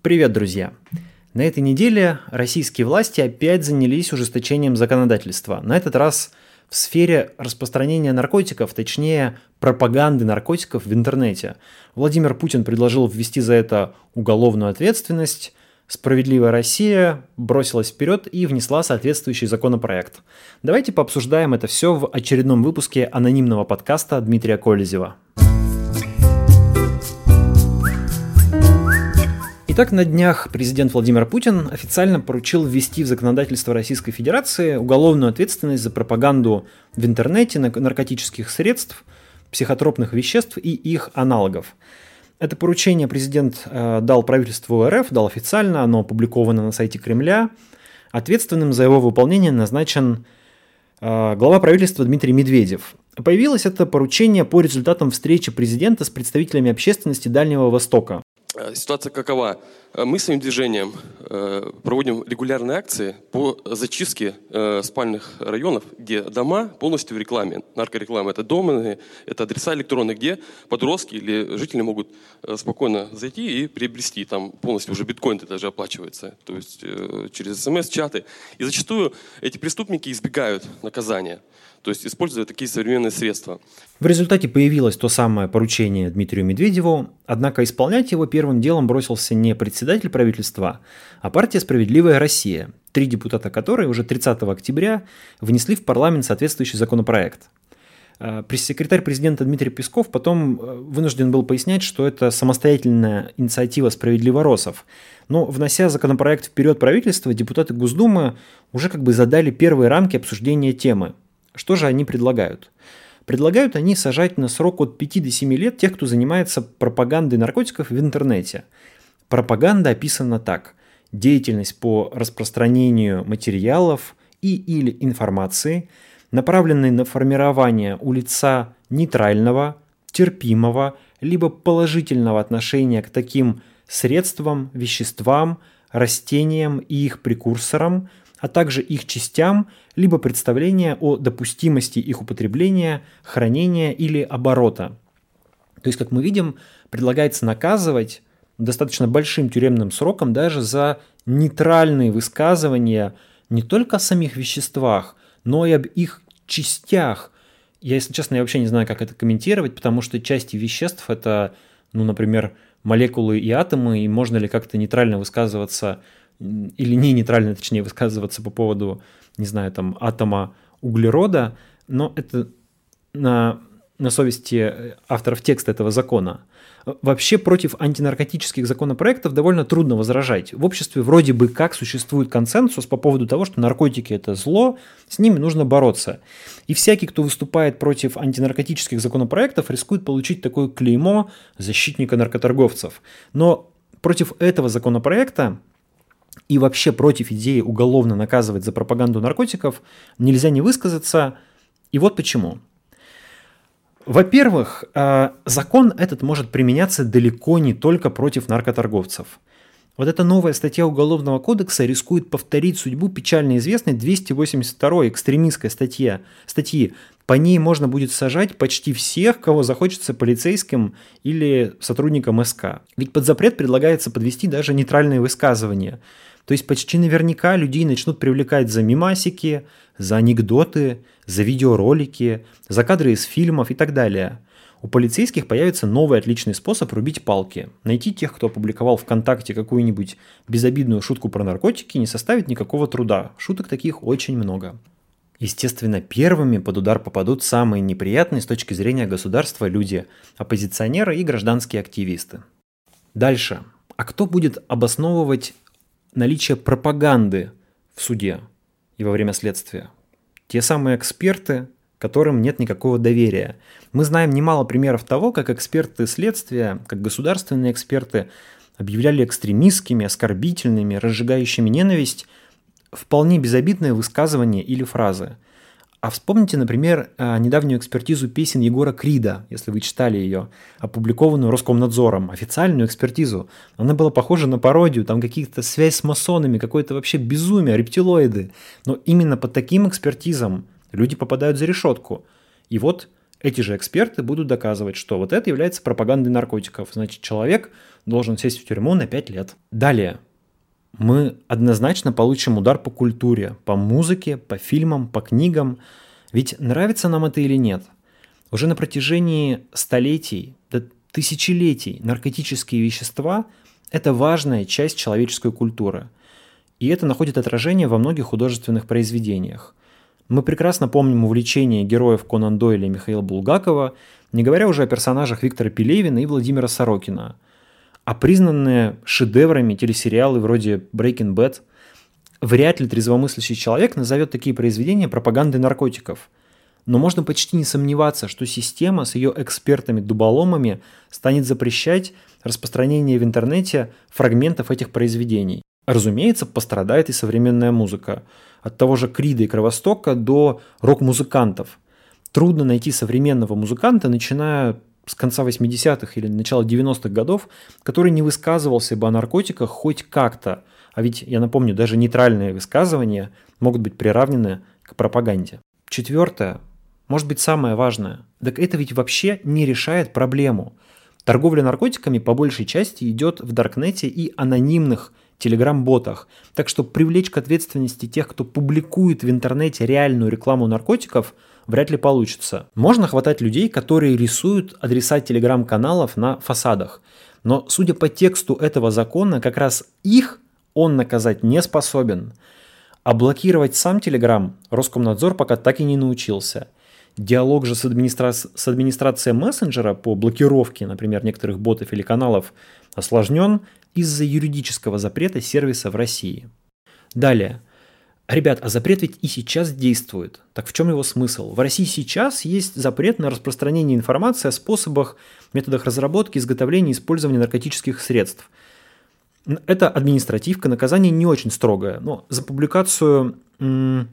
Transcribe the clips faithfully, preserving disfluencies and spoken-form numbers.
Привет, друзья! На этой неделе российские власти опять занялись ужесточением законодательства. На этот раз в сфере распространения наркотиков, точнее пропаганды наркотиков в интернете. Владимир Путин предложил ввести за это уголовную ответственность. «Справедливая Россия» бросилась вперед и внесла соответствующий законопроект. Давайте пообсуждаем это все в очередном выпуске анонимного подкаста Дмитрия Колезева. Итак, на днях президент Владимир Путин официально поручил ввести в законодательство Российской Федерации уголовную ответственность за пропаганду в интернете наркотических средств, психотропных веществ и их аналогов. Это поручение президент э, дал правительству РФ, дал официально, оно опубликовано на сайте Кремля. Ответственным за его выполнение назначен э, глава правительства Дмитрий Медведев. Появилось это поручение по результатам встречи президента с представителями общественности Дальнего Востока. Ситуация какова? Мы своим движением проводим регулярные акции по зачистке спальных районов, где дома полностью в рекламе. Наркореклама – это дома, это адреса электронные, где подростки или жители могут спокойно зайти и приобрести. Там полностью уже биткоин даже оплачивается, то есть через смс-чаты. И зачастую эти преступники избегают наказания. То есть используя такие современные средства. В результате появилось то самое поручение Дмитрию Медведеву, однако исполнять его первым делом бросился не председатель правительства, а партия «Справедливая Россия», три депутата которой уже тридцатого октября внесли в парламент соответствующий законопроект. Пресс-секретарь президента Дмитрий Песков потом вынужден был пояснять, что это самостоятельная инициатива справедливоросов. Но, внося законопроект вперед правительства, депутаты Госдумы уже как бы задали первые рамки обсуждения темы. Что же они предлагают? Предлагают они сажать на срок от пяти до семи лет тех, кто занимается пропагандой наркотиков в интернете. Пропаганда описана так. Деятельность по распространению материалов и или информации, направленной на формирование у лица нейтрального, терпимого, либо положительного отношения к таким средствам, веществам, растениям и их прекурсорам, а также их частям, либо представление о допустимости их употребления, хранения или оборота. То есть, как мы видим, предлагается наказывать достаточно большим тюремным сроком даже за нейтральные высказывания не только о самих веществах, но и об их частях. Я, если честно, я вообще не знаю, как это комментировать, потому что части веществ – это, ну, например, молекулы и атомы, и можно ли как-то нейтрально высказываться или не нейтрально, точнее, высказываться по поводу, не знаю, там, атома углерода, но это на, на совести авторов текста этого закона. Вообще против антинаркотических законопроектов довольно трудно возражать. В обществе вроде бы как существует консенсус по поводу того, что наркотики – это зло, с ними нужно бороться. И всякий, кто выступает против антинаркотических законопроектов, рискует получить такое клеймо защитника наркоторговцев. Но против этого законопроекта и вообще против идеи уголовно наказывать за пропаганду наркотиков нельзя не высказаться. И вот почему. Во-первых, закон этот может применяться далеко не только против наркоторговцев. Вот эта новая статья Уголовного кодекса рискует повторить судьбу печально известной двести восемьдесят второй экстремистской статьи. статьи. По ней можно будет сажать почти всех, кого захочется полицейским или сотрудникам СК. Ведь под запрет предлагается подвести даже нейтральные высказывания. То есть почти наверняка людей начнут привлекать за мемасики, за анекдоты, за видеоролики, за кадры из фильмов и так далее. У полицейских появится новый отличный способ рубить палки. Найти тех, кто опубликовал ВКонтакте какую-нибудь безобидную шутку про наркотики, не составит никакого труда. Шуток таких очень много. Естественно, первыми под удар попадут самые неприятные с точки зрения государства люди – оппозиционеры и гражданские активисты. Дальше. А кто будет обосновывать наличие пропаганды в суде и во время следствия? Те самые эксперты, которым нет никакого доверия. Мы знаем немало примеров того, как эксперты следствия, как государственные эксперты объявляли экстремистскими, оскорбительными, разжигающими ненависть вполне безобидные высказывания или фразы. А вспомните, например, недавнюю экспертизу песен Егора Крида, если вы читали ее, опубликованную Роскомнадзором, официальную экспертизу. Она была похожа на пародию, там какие-то связь с масонами, какое-то вообще безумие, рептилоиды. Но именно по таким экспертизам люди попадают за решетку. И вот эти же эксперты будут доказывать, что вот это является пропагандой наркотиков. Значит, человек должен сесть в тюрьму на пять лет. Далее. Мы однозначно получим удар по культуре, по музыке, по фильмам, по книгам. Ведь нравится нам это или нет? Уже на протяжении столетий, да тысячелетий наркотические вещества – это важная часть человеческой культуры. И это находит отражение во многих художественных произведениях. Мы прекрасно помним увлечение героев Конан Дойля и Михаила Булгакова, не говоря уже о персонажах Виктора Пелевина и Владимира Сорокина. А признанные шедеврами телесериалы вроде Breaking Bad, вряд ли трезвомыслящий человек назовет такие произведения пропагандой наркотиков. Но можно почти не сомневаться, что система с ее экспертами-дуболомами станет запрещать распространение в интернете фрагментов этих произведений. Разумеется, пострадает и современная музыка. От того же Крида и Кровостока до рок-музыкантов. Трудно найти современного музыканта, начиная с конца восьмидесятых или начала девяностых годов, который не высказывался бы о наркотиках хоть как-то. А ведь, я напомню, даже нейтральные высказывания могут быть приравнены к пропаганде. Четвертое, может быть самое важное, так это ведь вообще не решает проблему. Торговля наркотиками по большей части идет в даркнете и анонимных телеграм-ботах. Так что привлечь к ответственности тех, кто публикует в интернете реальную рекламу наркотиков, вряд ли получится. Можно хватать людей, которые рисуют адреса телеграм-каналов на фасадах. Но, судя по тексту этого закона, как раз их он наказать не способен. А блокировать сам Телеграм Роскомнадзор пока так и не научился. Диалог же с, администра... с администрацией мессенджера по блокировке, например, некоторых ботов или каналов осложнен из-за юридического запрета сервиса в России. Далее. Ребят, а запрет ведь и сейчас действует. Так в чем его смысл? В России сейчас есть запрет на распространение информации о способах, методах разработки, изготовления и использования наркотических средств. Это административка, наказание не очень строгое. Но за публикацию, м-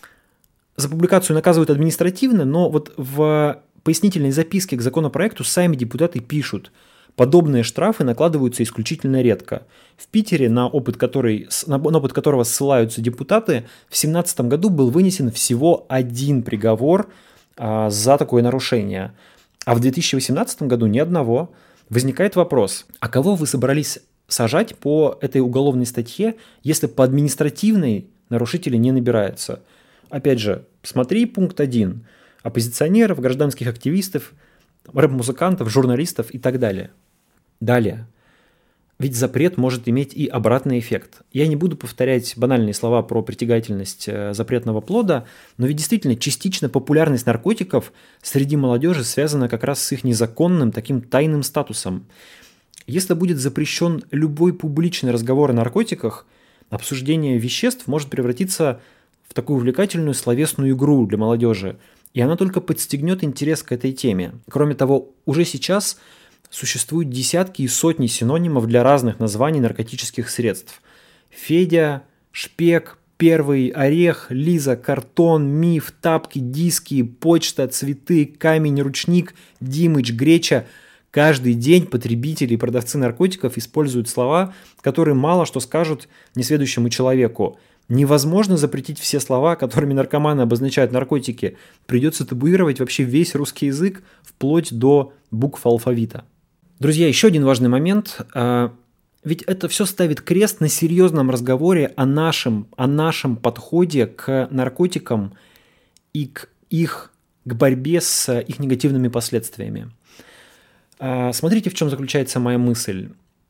за публикацию наказывают административно, но вот в пояснительной записке к законопроекту сами депутаты пишут: подобные штрафы накладываются исключительно редко. В Питере, на опыт, который, на опыт которого ссылаются депутаты, в две тысячи семнадцатом году был вынесен всего один приговор а, за такое нарушение. А в две тысячи восемнадцатом году ни одного. Возникает вопрос, а кого вы собрались сажать по этой уголовной статье, если по административной нарушители не набирается? Опять же, смотри пункт один. Оппозиционеров, гражданских активистов, рэп-музыкантов, журналистов и так далее. Далее. Ведь запрет может иметь и обратный эффект. Я не буду повторять банальные слова про притягательность запретного плода, но ведь действительно частично популярность наркотиков среди молодежи связана как раз с их незаконным таким тайным статусом. Если будет запрещен любой публичный разговор о наркотиках, обсуждение веществ может превратиться в такую увлекательную словесную игру для молодежи, и она только подстегнет интерес к этой теме. Кроме того, уже сейчас существуют десятки и сотни синонимов для разных названий наркотических средств. Федя, шпек, первый, орех, лиза, картон, миф, тапки, диски, почта, цветы, камень, ручник, Димыч, греча. Каждый день потребители и продавцы наркотиков используют слова, которые мало что скажут несведущему человеку. Невозможно запретить все слова, которыми наркоманы обозначают наркотики. Придется табуировать вообще весь русский язык, вплоть до букв алфавита. Друзья, еще один важный момент. Ведь это все ставит крест на серьезном разговоре о нашем, о нашем подходе к наркотикам и к их к борьбе с их негативными последствиями. Смотрите, в чем заключается моя мысль.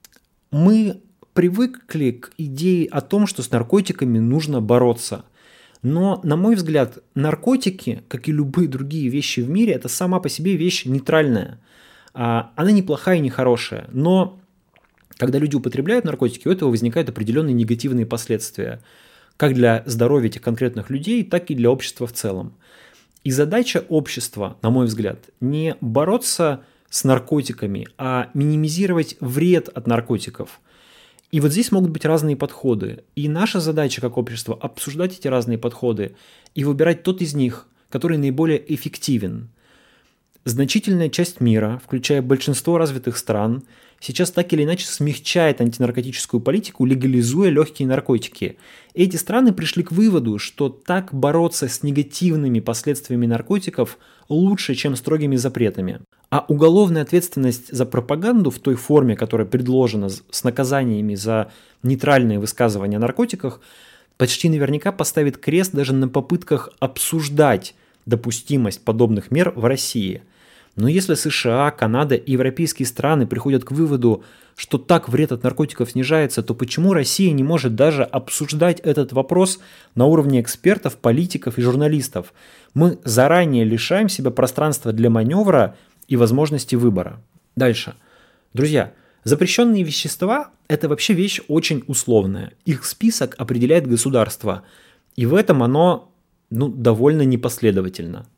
Мы привыкли к идее о том, что с наркотиками нужно бороться. Но, на мой взгляд, наркотики, как и любые другие вещи в мире, это сама по себе вещь нейтральная. Она не плохая и не хорошая. Но когда люди употребляют наркотики, у этого возникают определенные негативные последствия. Как для здоровья этих конкретных людей, так и для общества в целом. И задача общества, на мой взгляд, не бороться с наркотиками, а минимизировать вред от наркотиков. И вот здесь могут быть разные подходы. И наша задача как общество обсуждать эти разные подходы и выбирать тот из них, который наиболее эффективен. Значительная часть мира, включая большинство развитых стран, сейчас так или иначе смягчает антинаркотическую политику, легализуя легкие наркотики. Эти страны пришли к выводу, что так бороться с негативными последствиями наркотиков лучше, чем строгими запретами. А уголовная ответственность за пропаганду в той форме, которая предложена с наказаниями за нейтральные высказывания о наркотиках, почти наверняка поставит крест даже на попытках обсуждать допустимость подобных мер в России. Но если США, Канада и европейские страны приходят к выводу, что так вред от наркотиков снижается, то почему Россия не может даже обсуждать этот вопрос на уровне экспертов, политиков и журналистов? Мы заранее лишаем себя пространства для маневра и возможности выбора. Дальше. Друзья, запрещенные вещества – это вообще вещь очень условная. Их список определяет государство. И в этом оно ну, довольно непоследовательно.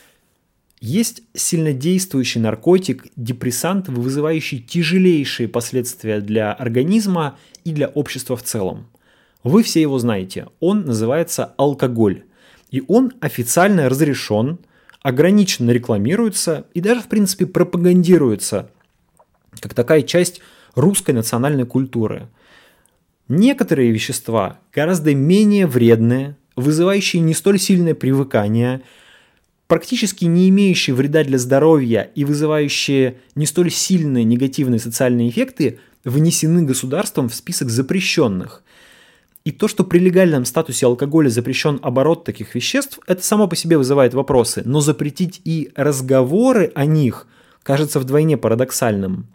Есть сильнодействующий наркотик, депрессант, вызывающий тяжелейшие последствия для организма и для общества в целом. Вы все его знаете. Он называется алкоголь. И он официально разрешен, ограниченно рекламируется и даже, в принципе, пропагандируется как такая часть русской национальной культуры. Некоторые вещества гораздо менее вредные, вызывающие не столь сильное привыкание, практически не имеющие вреда для здоровья и вызывающие не столь сильные негативные социальные эффекты, внесены государством в список запрещенных. И то, что при легальном статусе алкоголя запрещен оборот таких веществ, это само по себе вызывает вопросы, но запретить и разговоры о них кажется вдвойне парадоксальным.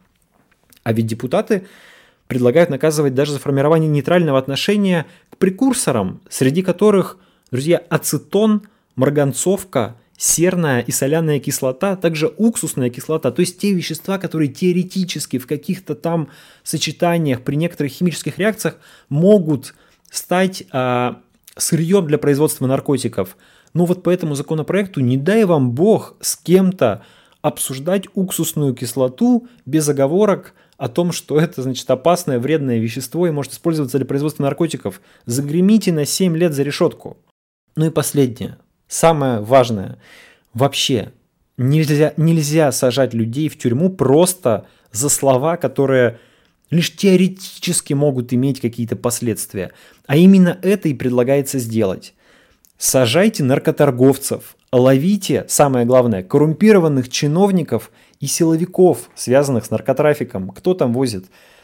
А ведь депутаты предлагают наказывать даже за формирование нейтрального отношения к прекурсорам, среди которых, друзья, ацетон, марганцовка, серная и соляная кислота, также уксусная кислота, то есть те вещества, которые теоретически в каких-то там сочетаниях при некоторых химических реакциях могут стать а, сырьем для производства наркотиков. Но вот по этому законопроекту не дай вам бог с кем-то обсуждать уксусную кислоту без оговорок о том, что это, значит, опасное, вредное вещество и может использоваться для производства наркотиков. Загремите на семь лет за решетку. Ну и последнее. Самое важное. Вообще нельзя, нельзя сажать людей в тюрьму просто за слова, которые лишь теоретически могут иметь какие-то последствия. А именно это и предлагается сделать. Сажайте наркоторговцев, ловите, самое главное, коррумпированных чиновников и силовиков, связанных с наркотрафиком. Кто там возит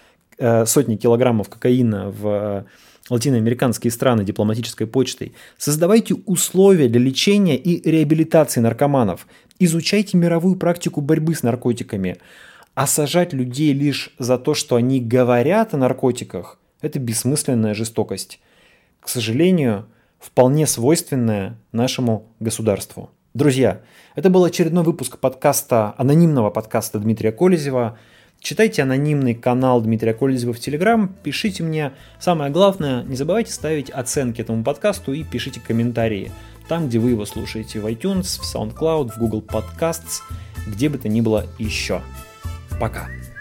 э, сотни килограммов кокаина в э, латиноамериканские страны дипломатической почтой? Создавайте условия для лечения и реабилитации наркоманов. Изучайте мировую практику борьбы с наркотиками. А сажать людей лишь за то, что они говорят о наркотиках, это бессмысленная жестокость. К сожалению, вполне свойственная нашему государству. Друзья, это был очередной выпуск подкаста, анонимного подкаста Дмитрия Колезева. Читайте анонимный канал Дмитрия Колезева в Телеграм, пишите мне. Самое главное, не забывайте ставить оценки этому подкасту и пишите комментарии. Там, где вы его слушаете, в iTunes, в SoundCloud, в Google Podcasts, где бы то ни было еще. Пока.